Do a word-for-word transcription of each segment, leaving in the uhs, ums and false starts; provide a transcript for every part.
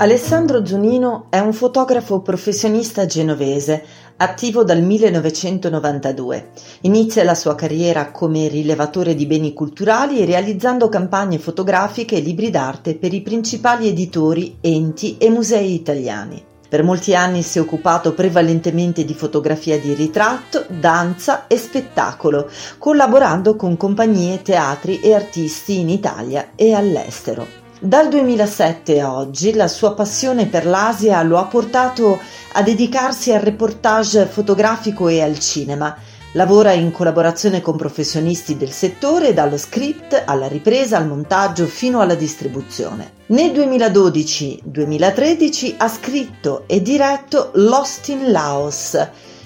Alessandro Zunino è un fotografo professionista genovese, attivo dal millenovecentonovantadue. Inizia la sua carriera come rilevatore di beni culturali realizzando campagne fotografiche e libri d'arte per i principali editori, enti e musei italiani. Per molti anni si è occupato prevalentemente di fotografia di ritratto, danza e spettacolo, collaborando con compagnie, teatri e artisti in Italia e all'estero. Dal duemilasette a oggi la sua passione per l'Asia lo ha portato a dedicarsi al reportage fotografico e al cinema. Lavora in collaborazione con professionisti del settore, dallo script alla ripresa, al montaggio fino alla distribuzione. Nel duemiladodici duemilatredici ha scritto e diretto Lost in Laos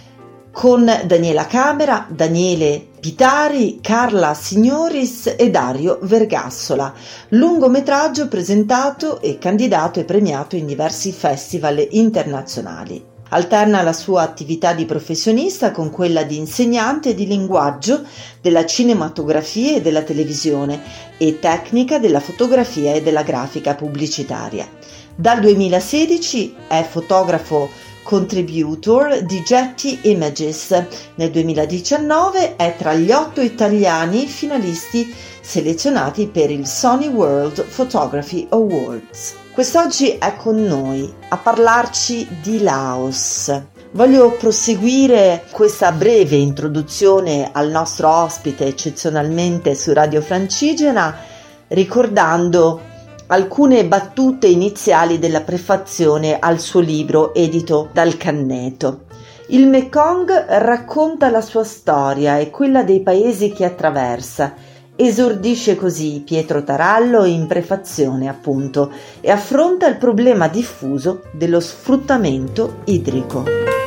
con Daniela Camera, Daniele Pitari, Carla Signoris e Dario Vergassola, lungometraggio presentato e candidato e premiato in diversi festival internazionali. Alterna la sua attività di professionista con quella di insegnante di linguaggio della cinematografia e della televisione e tecnica della fotografia e della grafica pubblicitaria. Dal duemilasedici è fotografo contributor di Getty Images. Nel duemiladiciannove è tra gli otto italiani finalisti selezionati per il Sony World Photography Awards. Quest'oggi è con noi a parlarci di Laos. Voglio proseguire questa breve introduzione al nostro ospite eccezionalmente su Radio Francigena ricordando alcune battute iniziali della prefazione al suo libro edito dal Canneto. Il Mekong racconta la sua storia e quella dei paesi che attraversa. Esordisce così Pietro Tarallo in prefazione, appunto, e affronta il problema diffuso dello sfruttamento idrico.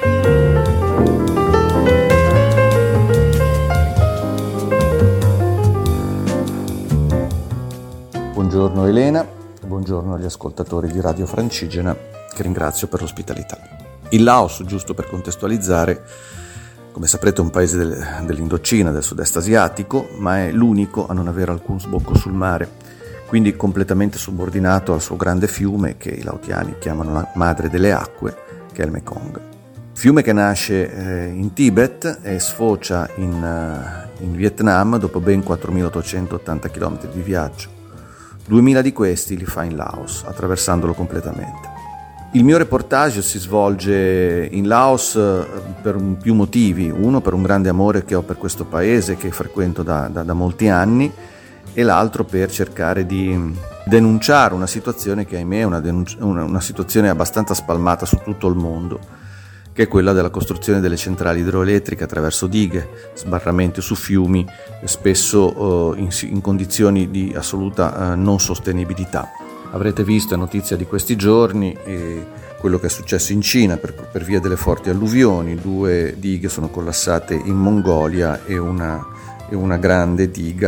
Buongiorno Elena, buongiorno agli ascoltatori di Radio Francigena, che ringrazio per l'ospitalità. Il Laos, giusto per contestualizzare, come saprete è un paese del, dell'Indocina, del sud-est asiatico, ma è l'unico a non avere alcun sbocco sul mare, quindi completamente subordinato al suo grande fiume che i laotiani chiamano la madre delle acque, che è il Mekong. Fiume che nasce eh, in Tibet e sfocia in, uh, in Vietnam dopo ben quattromilaottocentottanta chilometri di viaggio. duemila di questi li fa in Laos, attraversandolo completamente. Il mio reportage si svolge in Laos per più motivi. Uno, per un grande amore che ho per questo paese, che frequento da, da, da molti anni, e l'altro per cercare di denunciare una situazione che, ahimè, è una, denunci- una, una situazione abbastanza spalmata su tutto il mondo, che è quella della costruzione delle centrali idroelettriche attraverso dighe, sbarramenti su fiumi, spesso eh, in, in condizioni di assoluta eh, non sostenibilità. Avrete visto, è notizia di questi giorni, eh, quello che è successo in Cina per, per via delle forti alluvioni. Due dighe sono collassate in Mongolia e una, e una grande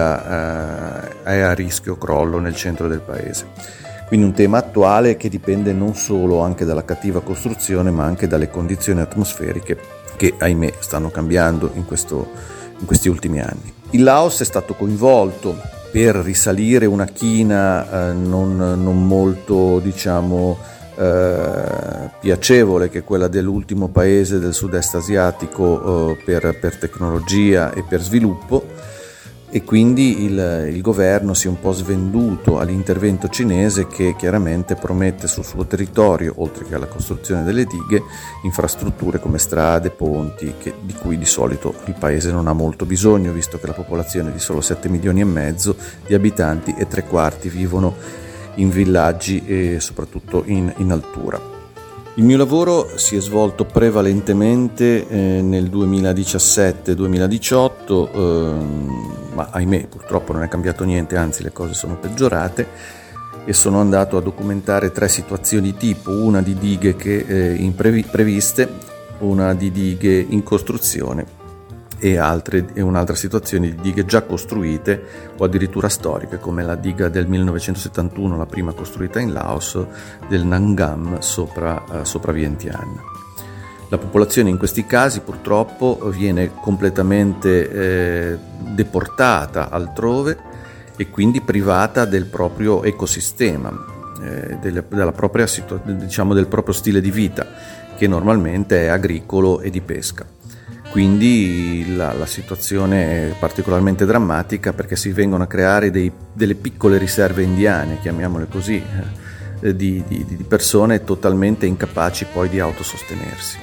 diga eh, è a rischio crollo nel centro del paese. Quindi un tema attuale che dipende non solo anche dalla cattiva costruzione, ma anche dalle condizioni atmosferiche che, ahimè, stanno cambiando in, questo, in questi ultimi anni. Il Laos è stato coinvolto per risalire una china eh, non, non molto, diciamo, eh, piacevole, che è quella dell'ultimo paese del sud-est asiatico eh, per, per tecnologia e per sviluppo. E quindi il, il governo si è un po' svenduto all'intervento cinese, che chiaramente promette sul suo territorio, oltre che alla costruzione delle dighe, infrastrutture come strade, ponti, che, di cui di solito il paese non ha molto bisogno, visto che la popolazione è di solo sette milioni e mezzo di abitanti e tre quarti vivono in villaggi e soprattutto in, in altura. Il mio lavoro si è svolto prevalentemente eh, nel duemiladiciassette duemiladiciotto, ehm, ma ahimè purtroppo non è cambiato niente, anzi le cose sono peggiorate, e sono andato a documentare tre situazioni tipo: una di dighe che eh, imprevi- previste, una di dighe in costruzione e, altre, e un'altra situazione di dighe già costruite o addirittura storiche, come la diga del millenovecentosettantuno, la prima costruita in Laos, del Nangam, sopra, uh, sopra Vientiane. La popolazione in questi casi purtroppo viene completamente eh, deportata altrove e quindi privata del proprio ecosistema. eh, delle, della propria situ- diciamo del proprio stile di vita, che normalmente è agricolo e di pesca. Quindi la, la situazione è particolarmente drammatica, perché si vengono a creare dei, delle piccole riserve indiane, chiamiamole così, eh, di, di, di persone totalmente incapaci poi di autosostenersi.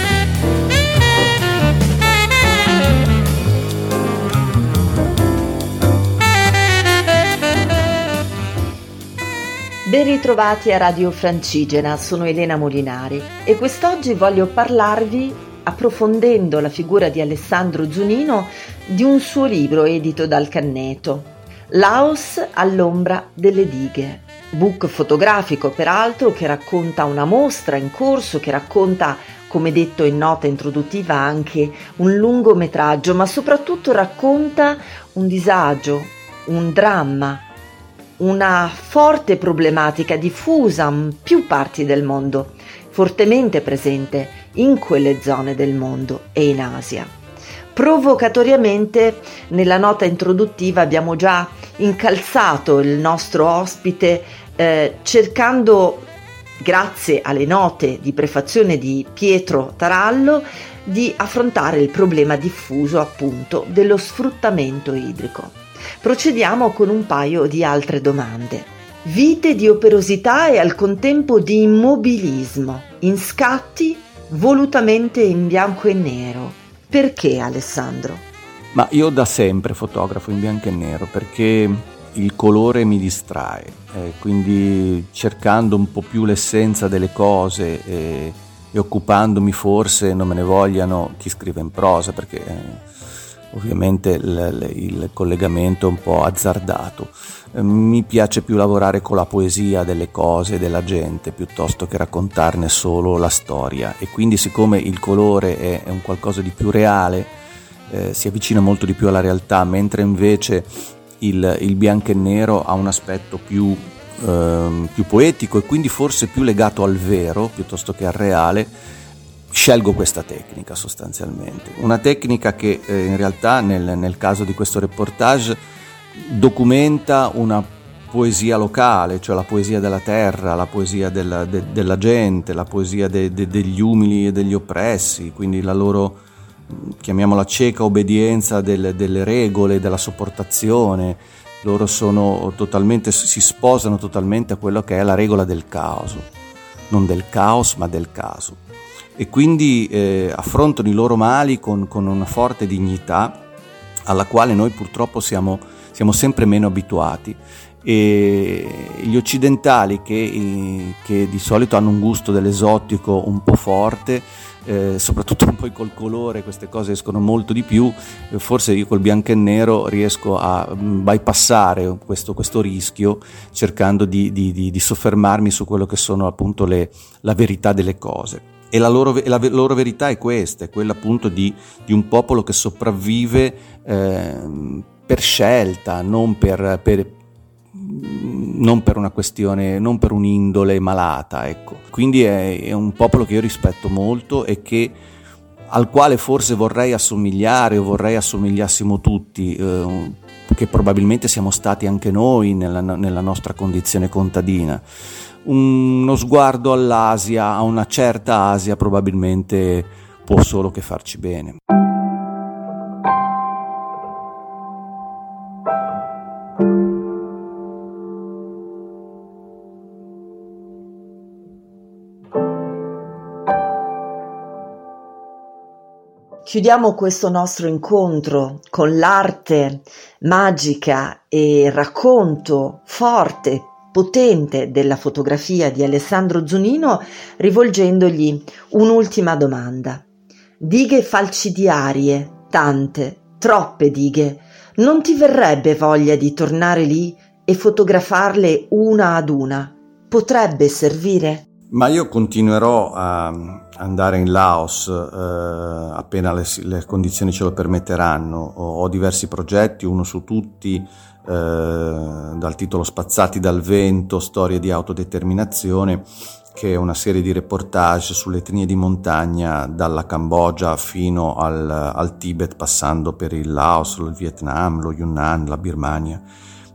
Ben ritrovati a Radio Francigena, sono Elena Molinari e quest'oggi voglio parlarvi, approfondendo la figura di Alessandro Zunino, di un suo libro edito dal Canneto, Laos all'ombra delle dighe, book fotografico peraltro che racconta una mostra in corso, che racconta, come detto in nota introduttiva, anche un lungometraggio, ma soprattutto racconta un disagio, un dramma, una forte problematica diffusa in più parti del mondo, fortemente presente in quelle zone del mondo e in Asia. Provocatoriamente, nella nota introduttiva abbiamo già incalzato il nostro ospite eh, cercando, grazie alle note di prefazione di Pietro Tarallo, di affrontare il problema diffuso appunto dello sfruttamento idrico. Procediamo con un paio di altre domande. Vite di operosità e al contempo di immobilismo, in scatti volutamente in bianco e nero. Perché, Alessandro? Ma io da sempre fotografo in bianco e nero perché il colore mi distrae, eh, quindi cercando un po' più l'essenza delle cose e, e occupandomi, forse non me ne vogliano chi scrive in prosa, perché eh, ovviamente il, il collegamento è un po' azzardato. Eh, mi piace più lavorare con la poesia delle cose, della gente, piuttosto che raccontarne solo la storia, e quindi, siccome il colore è, è un qualcosa di più reale, eh, si avvicina molto di più alla realtà, mentre invece il, il bianco e nero ha un aspetto più, eh, più poetico e quindi forse più legato al vero piuttosto che al reale. Scelgo questa tecnica sostanzialmente, una tecnica che eh, in realtà nel, nel caso di questo reportage documenta una poesia locale, cioè la poesia della terra, la poesia della, de, della gente, la poesia de, de, degli umili e degli oppressi, quindi la loro, chiamiamola, cieca obbedienza delle, delle regole, della sopportazione. Loro sono totalmente, si sposano totalmente a quello che è la regola del caos, non del caos ma del caso. E quindi eh, affrontano i loro mali con, con una forte dignità alla quale noi purtroppo siamo, siamo sempre meno abituati, e gli occidentali che, che di solito hanno un gusto dell'esotico un po' forte, eh, soprattutto poi col colore queste cose escono molto di più, eh, forse io col bianco e nero riesco a bypassare questo, questo rischio, cercando di, di, di, di soffermarmi su quello che sono appunto le, la verità delle cose. E la loro, la loro verità è questa, è quella appunto di, di un popolo che sopravvive eh, per scelta, non per, per, non per una questione, non per un'indole malata, ecco. Quindi è, è un popolo che io rispetto molto e che, al quale forse vorrei assomigliare, o vorrei assomigliassimo tutti, eh, che probabilmente siamo stati anche noi nella, nella nostra condizione contadina. Uno sguardo all'Asia, a una certa Asia, probabilmente può solo che farci bene. Chiudiamo questo nostro incontro con l'arte magica e il racconto forte, potente della fotografia di Alessandro Zunino, rivolgendogli un'ultima domanda. Dighe falcidiarie, tante, troppe dighe, non ti verrebbe voglia di tornare lì e fotografarle una ad una? Potrebbe servire? Ma io continuerò a andare in Laos eh, appena le, le condizioni ce lo permetteranno. Ho, ho diversi progetti, uno su tutti, Eh, dal titolo Spazzati dal vento, storie di autodeterminazione, che è una serie di reportage sulle etnie di montagna dalla Cambogia fino al, al Tibet, passando per il Laos, il Vietnam, lo Yunnan, la Birmania,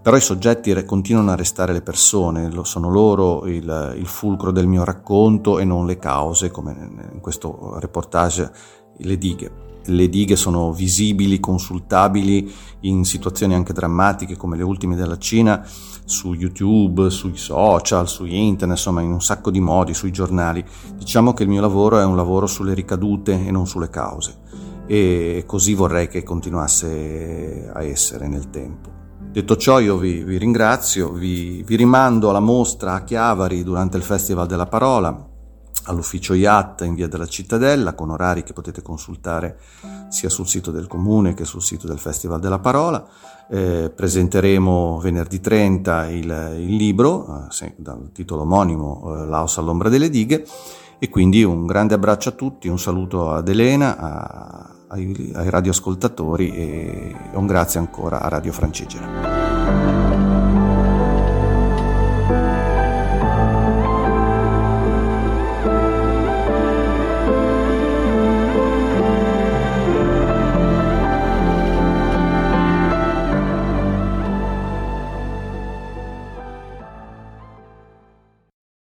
Però i soggetti continuano a restare le persone, sono loro il, il fulcro del mio racconto e non le cause, come in questo reportage le dighe. Le dighe sono visibili, consultabili in situazioni anche drammatiche come le ultime della Cina, su YouTube, sui social, su internet, insomma in un sacco di modi, sui giornali. Diciamo che il mio lavoro è un lavoro sulle ricadute e non sulle cause, e così vorrei che continuasse a essere nel tempo. Detto ciò, io vi, vi ringrazio, vi, vi rimando alla mostra a Chiavari durante il Festival della Parola, all'ufficio I A T in via della Cittadella, con orari che potete consultare sia sul sito del Comune che sul sito del Festival della Parola. Eh, presenteremo venerdì trenta il, il libro, eh, dal titolo omonimo, eh, Laos all'ombra delle dighe, e quindi un grande abbraccio a tutti, un saluto ad Elena, a, ai, ai radioascoltatori e un grazie ancora a Radio Francigena.